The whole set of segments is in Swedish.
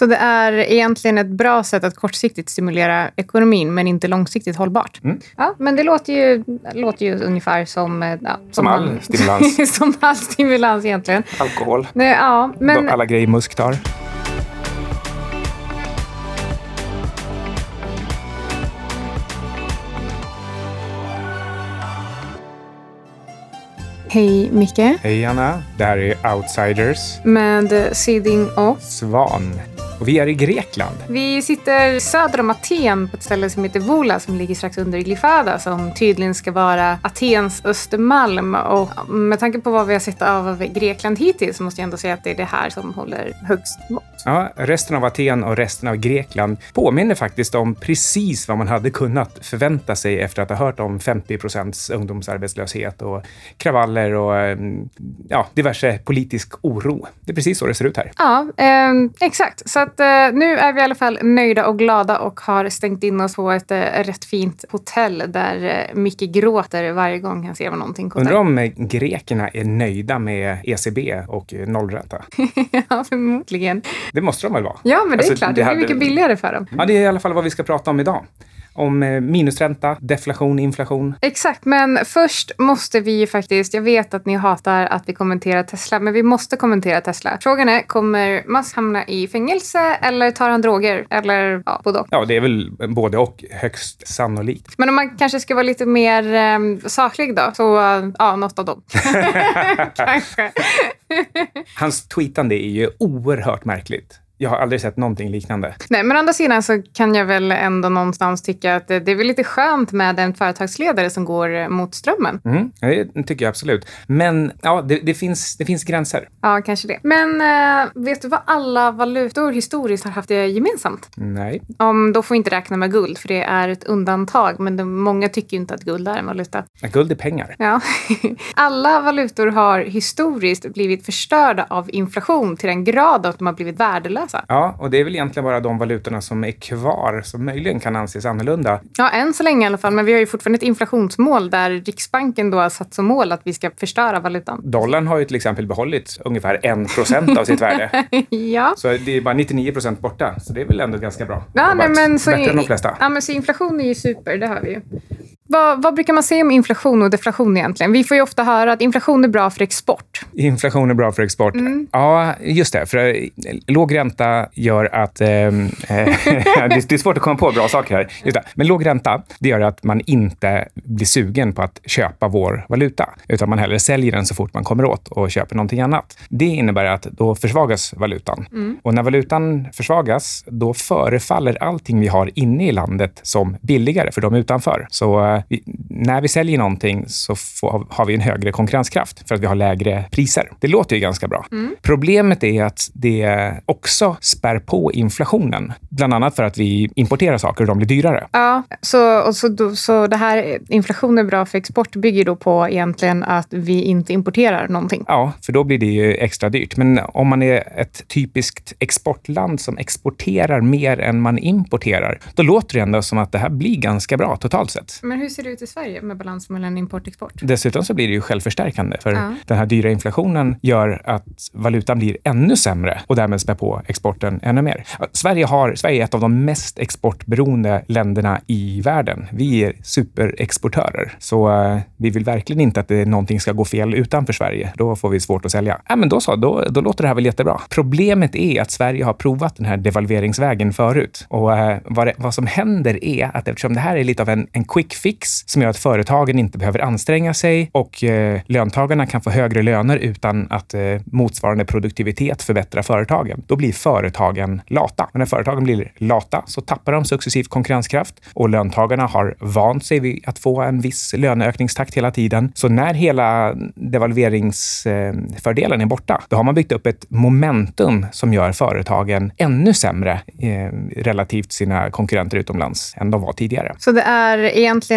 Så det är egentligen ett bra sätt att kortsiktigt stimulera ekonomin men inte långsiktigt hållbart. Ja, men det låter ju ungefär som... som all stimulans. Som all stimulans egentligen. Alkohol. Ja, men... Alla grejer Musk tar. Hej Micke. Hej Anna, det här är Outsiders. Med Siding och Svan. Och vi är i Grekland. Vi sitter söder om Aten på ett ställe som heter Voula som ligger strax under Glyfada som tydligen ska vara Atens Östermalm. Och med tanke på vad vi har sett av Grekland hittills så måste jag ändå säga att det är det här som håller högst mått. Ja, resten av Aten och resten av Grekland påminner faktiskt om precis vad man hade kunnat förvänta sig efter att ha hört om 50% ungdomsarbetslöshet och kravaller och diverse politisk oro. Det är precis så det ser ut här. Ja, exakt. Så att nu är vi i alla fall nöjda och glada och har stängt in oss på ett rätt fint hotell där Micke gråter varje gång han ser någonting. Undrar om grekerna är nöjda med ECB och nollränta? Ja, förmodligen. Det måste de väl vara? Ja, men det är klart. Det blir mycket billigare för dem. Ja, det är i alla fall vad vi ska prata om idag. Om minusränta, deflation, inflation. Exakt, men först måste vi faktiskt, jag vet att ni hatar att vi kommenterar Tesla, men vi måste kommentera Tesla. Frågan är, kommer Musk hamna i fängelse eller tar han droger? Eller både och? Ja, det är väl både och högst sannolikt. Men om man kanske ska vara lite mer saklig då, så något av dem. Kanske. Hans tweetande är ju oerhört märkligt. Jag har aldrig sett någonting liknande. Nej, men å andra sidan så kan jag väl ändå någonstans tycka att det är väl lite skönt med en företagsledare som går mot strömmen. Det tycker jag absolut. Men ja, det finns gränser. Ja, kanske det. Men vet du vad alla valutor historiskt har haft det gemensamt? Nej. Då får vi inte räkna med guld, för det är ett undantag. Men många tycker inte att guld är en valuta. Ja, guld är pengar. Ja. Alla valutor har historiskt blivit förstörda av inflation till den grad att de har blivit värdelösa. Ja, och det är väl egentligen bara de valutorna som är kvar som möjligen kan anses annorlunda. Ja, än så länge i alla fall. Men vi har ju fortfarande ett inflationsmål där Riksbanken då har satt som mål att vi ska förstöra valutan. Dollarn har ju till exempel behållit ungefär 1% av sitt värde. Ja. Så det är bara 99% borta. Så det är väl ändå ganska bra. Ja, nej, men så bättre än de flesta. Ja, men så inflation är ju super, det hör vi ju. Vad brukar man säga om inflation och deflation egentligen? Vi får ju ofta höra att inflation är bra för export. Inflation är bra för export. Ja, just det. För låg ränta gör att... det är svårt att komma på bra saker här. Just det. Men låg ränta, det gör att man inte blir sugen på att köpa vår valuta. Utan man hellre säljer den så fort man kommer åt och köper någonting annat. Det innebär att då försvagas valutan. Och när valutan försvagas, då förefaller allting vi har inne i landet som billigare för de utanför. Så när vi säljer någonting så har vi en högre konkurrenskraft för att vi har lägre priser. Det låter ju ganska bra. Problemet är att det också spär på inflationen. Bland annat för att vi importerar saker och de blir dyrare. Ja, så det här inflation är bra för export bygger då på egentligen att vi inte importerar någonting. Ja, för då blir det ju extra dyrt. Men om man är ett typiskt exportland som exporterar mer än man importerar, då låter det ändå som att det här blir ganska bra totalt sett. Men hur ser det ut i Sverige med balans mellan import och export? Dessutom så blir det ju självförstärkande för den här dyra inflationen gör att valutan blir ännu sämre och därmed spär på exporten ännu mer. Sverige är ett av de mest exportberoende länderna i världen. Vi är superexportörer. Så vi vill verkligen inte att någonting ska gå fel utanför Sverige. Då får vi svårt att sälja. Ja, men då låter det här väl jättebra. Problemet är att Sverige har provat den här devalveringsvägen förut. Och vad som händer är att eftersom det här är lite av en quick fix som gör att företagen inte behöver anstränga sig och löntagarna kan få högre löner utan att motsvarande produktivitet förbättrar företagen. Då blir företagen lata. Och när företagen blir lata så tappar de successivt konkurrenskraft och löntagarna har vant sig vid att få en viss löneökningstakt hela tiden. Så när hela devalveringsfördelen är borta, då har man byggt upp ett momentum som gör företagen ännu sämre relativt sina konkurrenter utomlands än de var tidigare. Så det är egentligen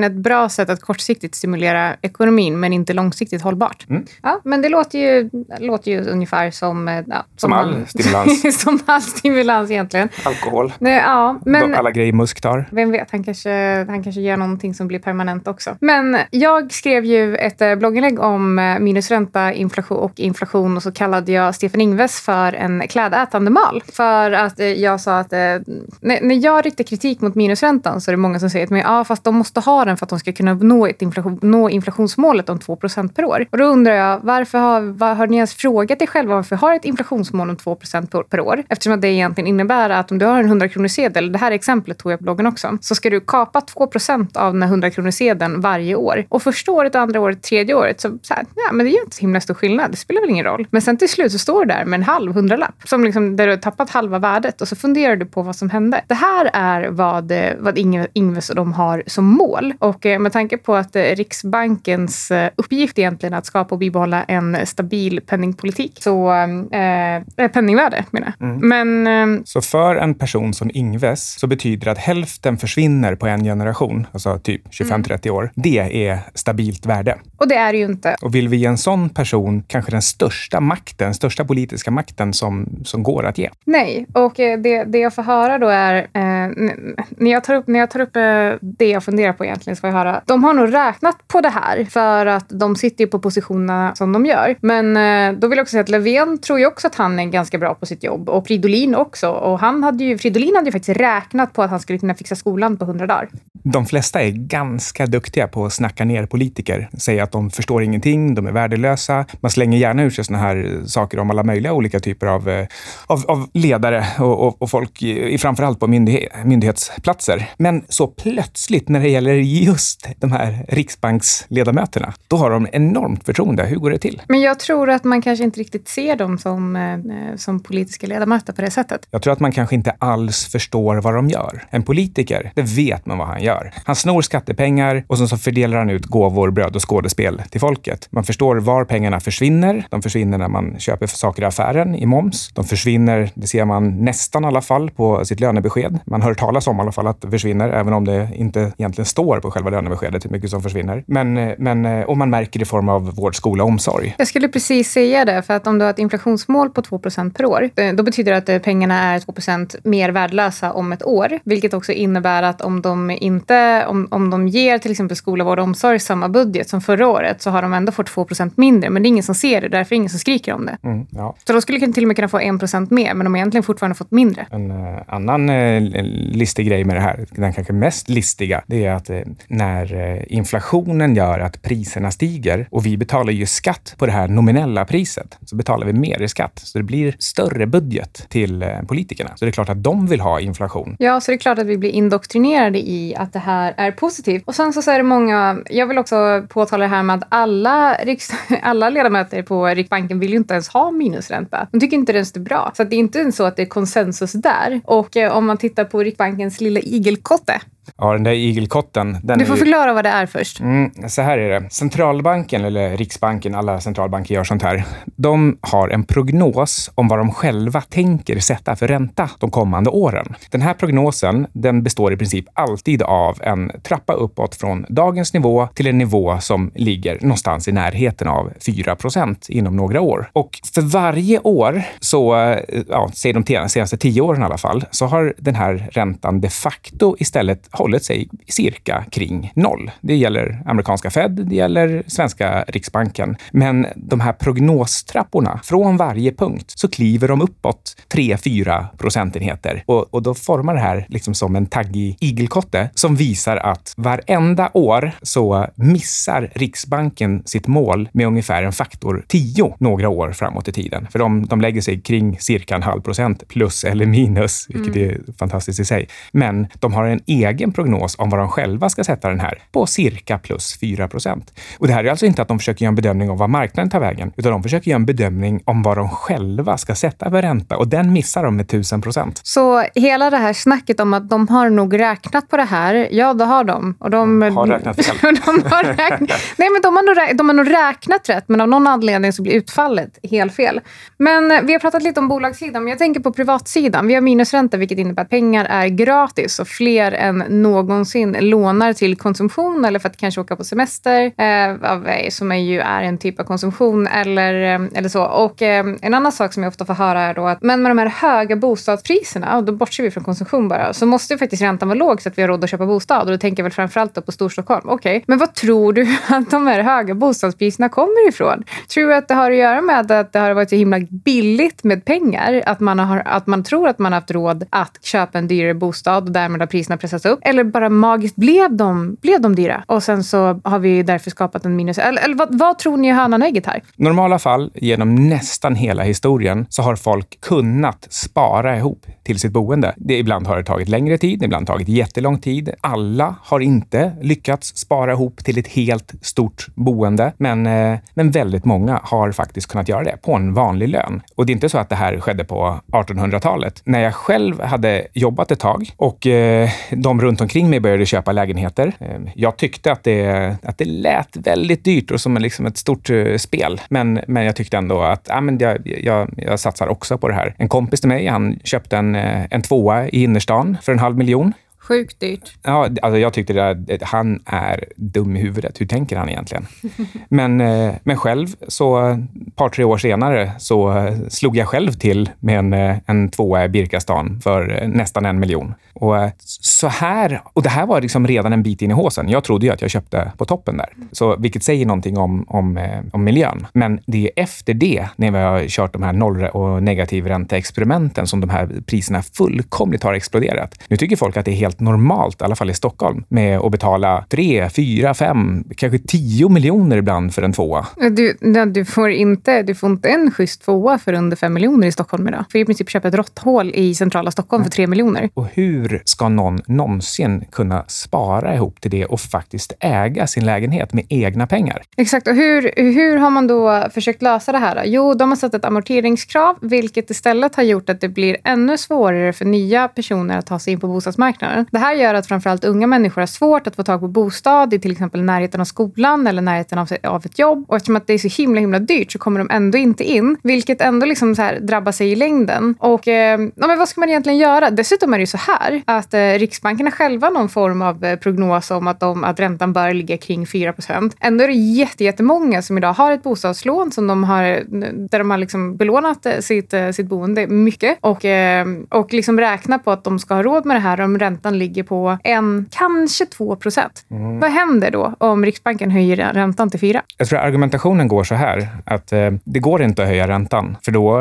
egentligen ett bra sätt att kortsiktigt stimulera ekonomin men inte långsiktigt hållbart. Ja, men det låter ju ungefär som... Ja, som all stimulans. Som all stimulans egentligen. Alkohol. Nej, ja, men alla grejer Musk tar. Vem vet, han kanske gör någonting som blir permanent också. Men jag skrev ju ett blogginlägg om minusränta, inflation och så kallade jag Stefan Ingves för en klädätande mal. För att jag sa att när jag riktar kritik mot minusräntan så är det många som säger till mig fast de måste ha den för att de ska kunna nå inflationsmålet om 2% per år. Och då undrar jag, har ni ens frågat er själva varför har ett inflationsmål om 2% per år? Eftersom att det egentligen innebär att om du har en 100-kronorssedel, det här exemplet tog jag på bloggen också, så ska du kapa 2% av den här 100-kronorssedeln varje år. Och första året, andra året, tredje året så här, men det är ju inte så himla stor skillnad. Det spelar väl ingen roll. Men sen till slut så står du där med en halv 100-lapp som liksom, där du har tappat halva värdet och så funderar du på vad som hände. Det här är vad Ingves och de har som mål. Och med tanke på att Riksbankens uppgift egentligen är att skapa och bibehålla en stabil penningpolitik så penningvärde menar jag. Men så för en person som Ingves så betyder det att hälften försvinner på en generation, alltså typ 25-30 år. Det är stabilt värde. Och det är det ju inte. Och vill vi ge en sån person kanske den största politiska makten som går att ge? Nej, och det jag får höra då är när jag tar upp det jag funderar på egentligen så får jag höra de har nog räknat på det här för att de sitter ju på positionerna som de gör. Men då vill jag också säga att Löfven tror ju också att han är ganska bra på sitt jobb och Fridolin också. Och Fridolin hade ju faktiskt räknat på att han skulle kunna fixa skolan på 100 dagar. De flesta är ganska duktiga på att snacka ner politiker. Säga att de förstår ingenting, de är värdelösa. Man slänger gärna ur sig såna här saker om alla möjliga olika typer av ledare och folk, framförallt på myndighetsplatser. Men så plötsligt när det gäller just de här riksbanksledamöterna, då har de enormt förtroende. Hur går det till? Men jag tror att man kanske inte riktigt ser dem som politiska ledamöter på det sättet. Jag tror att man kanske inte alls förstår vad de gör. En politiker, det vet man vad han gör. Han snor skattepengar och så fördelar han ut gåvor, bröd och skådespel till folket. Man förstår var pengarna försvinner. De försvinner när man köper saker i affären i moms. De försvinner, det ser man nästan i alla fall på sitt lönebesked. Man hör talas om i alla fall att det försvinner, även om det inte egentligen står på själva lönebeskedet hur mycket som försvinner. Och man märker det i form av vård, skola och omsorg. Jag skulle precis säga det, för att om du har ett inflationsmål på 2% per år, då betyder det att pengarna är 2% mer värdelösa om ett år. Vilket också innebär att om de ger till exempel skola, vård och omsorg samma budget som förra året så har de ändå fått 2% mindre. Men det är ingen som ser det, därför är ingen som skriker om det. Ja. Så då skulle de till och med kunna få 1% mer, men de har egentligen fortfarande fått mindre. En annan listig grej med det här, den kanske mest listiga, det är att när inflationen gör att priserna stiger och vi betalar ju skatt på det här nominella priset, så betalar vi mer i skatt. Så det blir större budget till politikerna. Så det är klart att de vill ha inflation. Ja, så det är klart att vi blir indoktrinerade i att det här är positivt. Och sen så är det många, jag vill också påtala det här med att alla ledamöter på Riksbanken vill ju inte ens ha minusränta. De tycker inte det är bra. Så att det är inte så att det är konsensus där. Och om man tittar på Riksbankens lilla igelkotte. Ja, den där igelkotten. Du får förklara vad det är först. Så här är det. Centralbanken, eller Riksbanken, alla centralbanker gör sånt här. De har en prognos om vad de själva tänker sätta för ränta de kommande åren. Den här prognosen, den består i princip alltid av en trappa uppåt från dagens nivå till en nivå som ligger någonstans i närheten av 4% inom några år. Och för varje år, så säger de senaste 10 åren i alla fall, så har den här räntan de facto istället hållit sig cirka kring 0. Det gäller amerikanska Fed, det gäller svenska Riksbanken. Men de här prognostrapporna, från varje punkt så kliver de uppåt 3-4 procentenheter. Och då formar det här liksom som en taggig igelkotte som visar att varenda år så missar Riksbanken sitt mål med ungefär en faktor 10 några år framåt i tiden. För de lägger sig kring cirka 0,5% plus eller minus, vilket är fantastiskt i sig. Men de har en egen prognos om vad de själva ska sätta den här på cirka plus 4%. Och det här är alltså inte att de försöker göra en bedömning av vad marknaden tar vägen, utan de försöker göra en bedömning om vad de själva ska sätta för ränta, och den missar de med 1000%. Så hela det här snacket om att de har nog räknat på det här, ja, det har de. Och de har räknat fel. de har nog räknat rätt, men av någon anledning så blir utfallet helt fel. Men vi har pratat lite om bolagssidan, men jag tänker på privatsidan. Vi har minusränta, vilket innebär att pengar är gratis och fler än någonsin lånar till konsumtion eller för att kanske åka på semester, som ju är en typ av konsumtion eller så. Och en annan sak som jag ofta får höra är då att men med de här höga bostadspriserna, och då bortser vi från konsumtion bara, så måste ju faktiskt räntan vara låg så att vi har råd att köpa bostad. Och då tänker jag väl framförallt då på Storstockholm. Okej, men vad tror du att de här höga bostadspriserna kommer ifrån? Tror du att det har att göra med att det har varit så himla billigt med pengar? Att man tror att man har haft råd att köpa en dyrare bostad och därmed har priserna pressats upp? Eller bara magiskt blev de dyra? Och sen så har vi därför skapat en minus. Eller vad tror ni är hönan och ägget här? I normala fall, genom nästan hela historien, så har folk kunnat spara ihop till sitt boende. Ibland har det tagit längre tid, ibland tagit jättelång tid. Alla har inte lyckats spara ihop till ett helt stort boende, men väldigt många har faktiskt kunnat göra det på en vanlig lön. Och det är inte så att det här skedde på 1800-talet. När jag själv hade jobbat ett tag och de runt omkring mig började köpa lägenheter. Jag tyckte att det lät väldigt dyrt och som liksom ett stort spel. Men jag tyckte ändå att jag satsar också på det här. En kompis till mig, han köpte en tvåa i innerstan för 500 000. Sjukt dyrt. Ja, alltså jag tyckte att han är dum i huvudet. Hur tänker han egentligen? Men själv så ett par, 3 år senare så slog jag själv till med en tvåa i Birkastan för nästan 1 miljon. Och så här, och det här var liksom redan en bit in i håsen. Jag trodde ju att jag köpte på toppen där. Så vilket säger någonting om miljön. Men det är efter det, när vi har kört de här noll- och negativränteexperimenten, som de här priserna fullkomligt har exploderat. Nu tycker folk att det är helt normalt, i alla fall i Stockholm, med att betala 3, 4, 5, kanske 10 miljoner ibland för en tvåa. Du får inte en schysst tvåa för under 5 miljoner i Stockholm idag. För i princip köpa ett råtthål i centrala Stockholm för 3 miljoner. Och hur ska någon någonsin kunna spara ihop till det och faktiskt äga sin lägenhet med egna pengar? Exakt, och hur har man då försökt lösa det här då? Jo, de har satt ett amorteringskrav, vilket istället har gjort att det blir ännu svårare för nya personer att ta sig in på bostadsmarknaden. Det här gör att framförallt unga människor har svårt att få tag på bostad i till exempel närheten av skolan eller närheten av ett jobb. Och eftersom att det är så himla dyrt så kommer de ändå inte in, vilket ändå liksom så här drabbar sig i längden. Och men vad ska man egentligen göra? Dessutom är det ju så här att Riksbanken har själva någon form av prognos om att räntan bör ligga kring 4%. Ändå är det jättemånga som idag har ett bostadslån som där de har liksom belånat sitt boende mycket och liksom räknar på att de ska ha råd med det här om räntan ligger på kanske 2%. Vad händer då om Riksbanken höjer räntan till 4%? Jag tror argumentationen går så här att det går inte att höja räntan, för då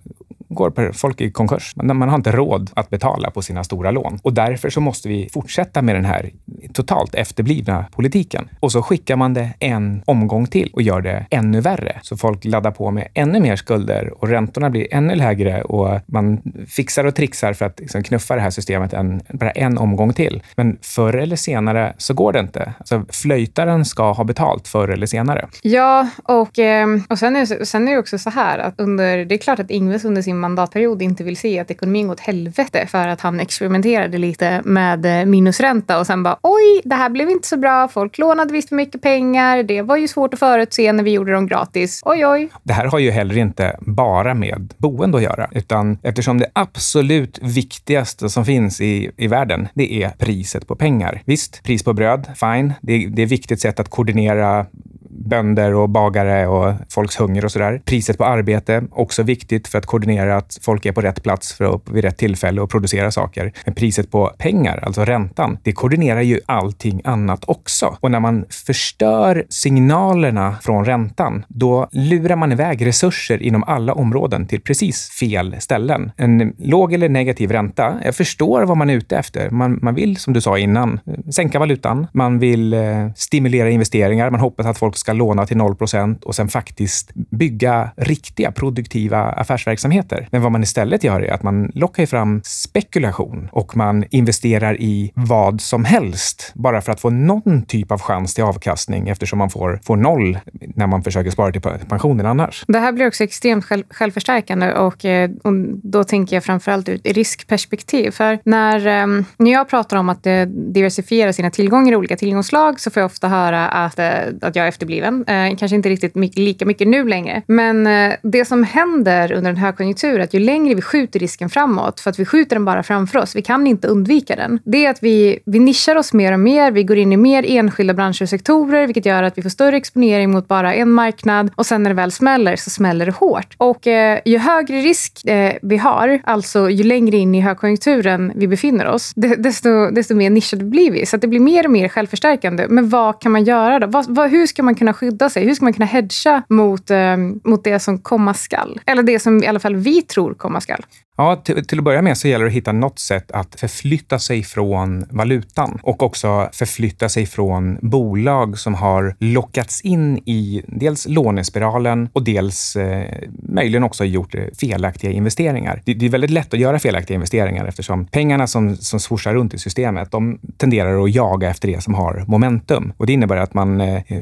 går folk i konkurs. Man har inte råd att betala på sina stora lån. Och därför så måste vi fortsätta med den här totalt efterblivna politiken. Och så skickar man det en omgång till och gör det ännu värre. Så folk laddar på med ännu mer skulder och räntorna blir ännu lägre och man fixar och trixar för att liksom knuffa det här systemet bara en omgång till. Men förr eller senare så går det inte. Alltså flöjtaren ska ha betalt förr eller senare. Ja, och sen är det också så här att det är klart att Ingves under sin mandatperiod inte vill se att ekonomin går åt helvete för att han experimenterade lite med minusränta och sen bara oj, det här blev inte så bra, folk lånade visst för mycket pengar, det var ju svårt att förutse när vi gjorde dem gratis, oj. Det här har ju heller inte bara med boende att göra, utan eftersom det absolut viktigaste som finns i världen, det är priset på pengar. Visst, pris på bröd, fine, det är ett viktigt sätt att koordinera bönder och bagare och folks hunger och sådär. Priset på arbete, också viktigt för att koordinera att folk är på rätt plats vid rätt tillfälle och producera saker. Men priset på pengar, alltså räntan, det koordinerar ju allting annat också. Och när man förstör signalerna från räntan, då lurar man iväg resurser inom alla områden till precis fel ställen. En låg eller negativ ränta, jag förstår vad man är ute efter. Man vill, som du sa innan, sänka valutan. Man vill stimulera investeringar. Man hoppas att folk ska låna till 0% och sen faktiskt bygga riktiga produktiva affärsverksamheter. Men vad man istället gör är att man lockar fram spekulation och man investerar i vad som helst bara för att få någon typ av chans till avkastning, eftersom man får noll när man försöker spara till pensionen annars. Det här blir också extremt självförstärkande och då tänker jag framförallt ur ett riskperspektiv. För när jag pratar om att diversifiera sina tillgångar i olika tillgångslag så får jag ofta höra att jag är efterbliven. överdriven. Kanske inte riktigt lika mycket nu längre. Men det som händer under en högkonjunktur är att ju längre vi skjuter risken framåt, för att vi skjuter den bara framför oss, vi kan inte undvika den. Det är att vi nischar oss mer och mer, vi går in i mer enskilda branscher och sektorer, vilket gör att vi får större exponering mot bara en marknad, och sen när det väl smäller så smäller det hårt. Och ju högre risk vi har, alltså ju längre in i högkonjunkturen vi befinner oss, desto mer nischade blir vi. Så att det blir mer och mer självförstärkande. Men vad kan man göra då? Hur ska man kunna skydda sig? Hur ska man kunna hedga mot det som komma skall? Eller det som i alla fall vi tror komma skall? Ja, till att börja med så gäller det att hitta något sätt att förflytta sig från valutan och också förflytta sig från bolag som har lockats in i dels lånespiralen och dels möjligen också gjort felaktiga investeringar. Det är väldigt lätt att göra felaktiga investeringar eftersom pengarna som swoshar runt i systemet, de tenderar att jaga efter det som har momentum. Och det innebär att man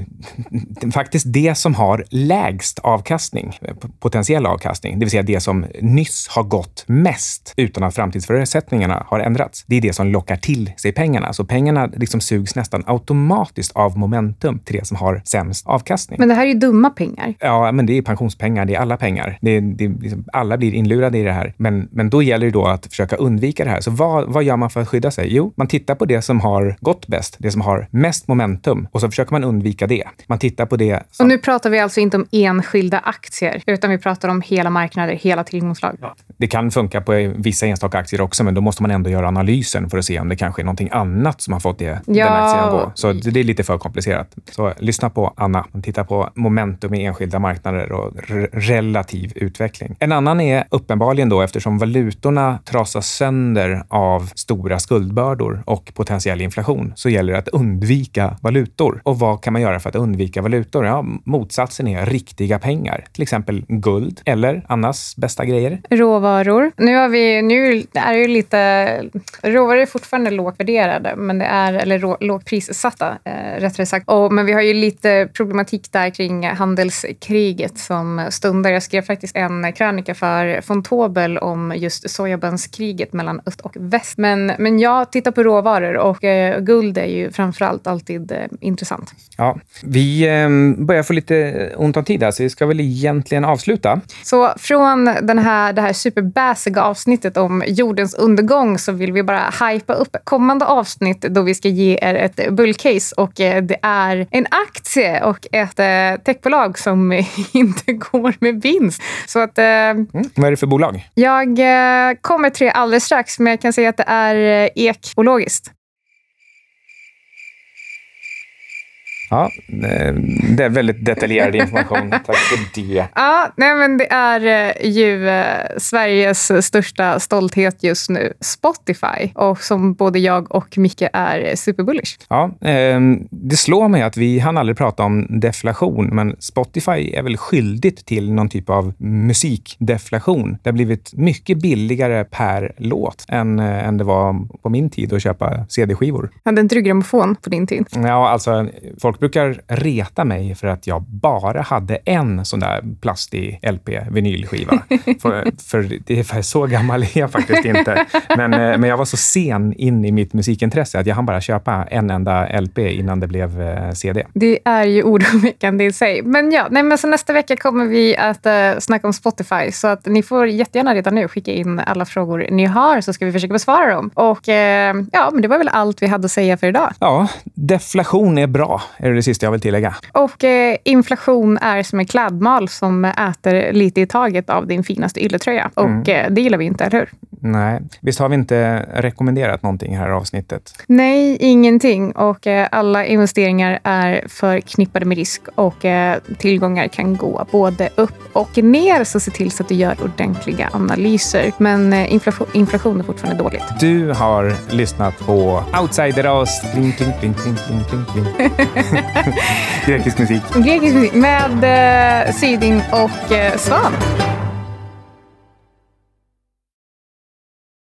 faktiskt det som har lägst avkastning, potentiell avkastning, det vill säga det som nyss har gått mest utan att framtidsförutsättningarna har ändrats. Det är det som lockar till sig pengarna. Så pengarna liksom sugs nästan automatiskt av momentum till det som har sämst avkastning. Men det här är ju dumma pengar. Ja, men det är pensionspengar. Det är alla pengar. Liksom, alla blir inlurade i det här. Men då gäller det då att försöka undvika det här. Så vad gör man för att skydda sig? Jo, man tittar på det som har gått bäst. Det som har mest momentum. Och så försöker man undvika det. Man tittar på det som... Och nu pratar vi alltså inte om enskilda aktier, utan vi pratar om hela marknader, hela tillgångslag. Ja. Det kan funka på vissa enstaka aktier också, men då måste man ändå göra analysen för att se om det kanske är någonting annat som har fått den aktien att gå. Så det är lite för komplicerat. Så lyssna på Anna. Man tittar på momentum i enskilda marknader och relativ utveckling. En annan är uppenbarligen då, eftersom valutorna trasas sönder av stora skuldbördor och potentiell inflation, så gäller det att undvika valutor. Och vad kan man göra för att undvika valutor? Ja, motsatsen är riktiga pengar. Till exempel guld eller Annas bästa grejer. Råvaror. Nu är det ju lite... Råvaror är fortfarande lågt värderade, men det är, eller lågprissatta, rättare sagt. Men vi har ju lite problematik där kring handelskriget som stundar. Jag skrev faktiskt en krönika för von Tobel om just sojabönskriget mellan öst och väst. Men jag tittar på råvaror och guld är ju framförallt alltid intressant. Ja, vi börjar få lite ont om tid här, så vi ska väl egentligen avsluta. Så från det här superbasiga avsnittet om jordens undergång så vill vi bara hypa upp kommande avsnitt då vi ska ge er ett bullcase, och det är en aktie och ett techbolag som inte går med vinst. Så att... Vad är det för bolag? Jag kommer till det alldeles strax, men jag kan säga att det är ekologiskt. Ja, det är väldigt detaljerad information. Tack för det. Ja, nej, men det är ju Sveriges största stolthet just nu, Spotify. Och som både jag och Micke är superbullish. Ja, det slår mig att vi hann aldrig prata om deflation, men Spotify är väl skyldigt till någon typ av musikdeflation. Det har blivit mycket billigare per låt än det var på min tid att köpa CD-skivor. Hade inte du grammofon på din tid? Ja, alltså folk brukar reta mig för att jag bara hade en sån där plastig LP-vinylskiva. för det är så gammal är jag faktiskt inte. Men jag var så sen in i mitt musikintresse att jag hann bara köpa en enda LP innan det blev CD. Det är ju oroväckande i sig. Men så nästa vecka kommer vi att snacka om Spotify, så att ni får jättegärna redan nu skicka in alla frågor ni har, så ska vi försöka besvara dem. Och men det var väl allt vi hade att säga för idag. Ja, deflation är bra, är det sista jag vill tillägga. Och inflation är som en klädmal som äter lite i taget av din finaste ylletröja. Och det gillar vi inte, eller hur? Nej, visst har vi inte rekommenderat någonting här i avsnittet? Nej, ingenting. Och alla investeringar är förknippade med risk, och tillgångar kan gå både upp och ner, så se till så att du gör ordentliga analyser. Men inflation är fortfarande dåligt. Du har lyssnat på Outsideros. Kling, kling, kling, kling, kling, kling, kling. Grekisk musik. Grekisk musik med Syding och Svan.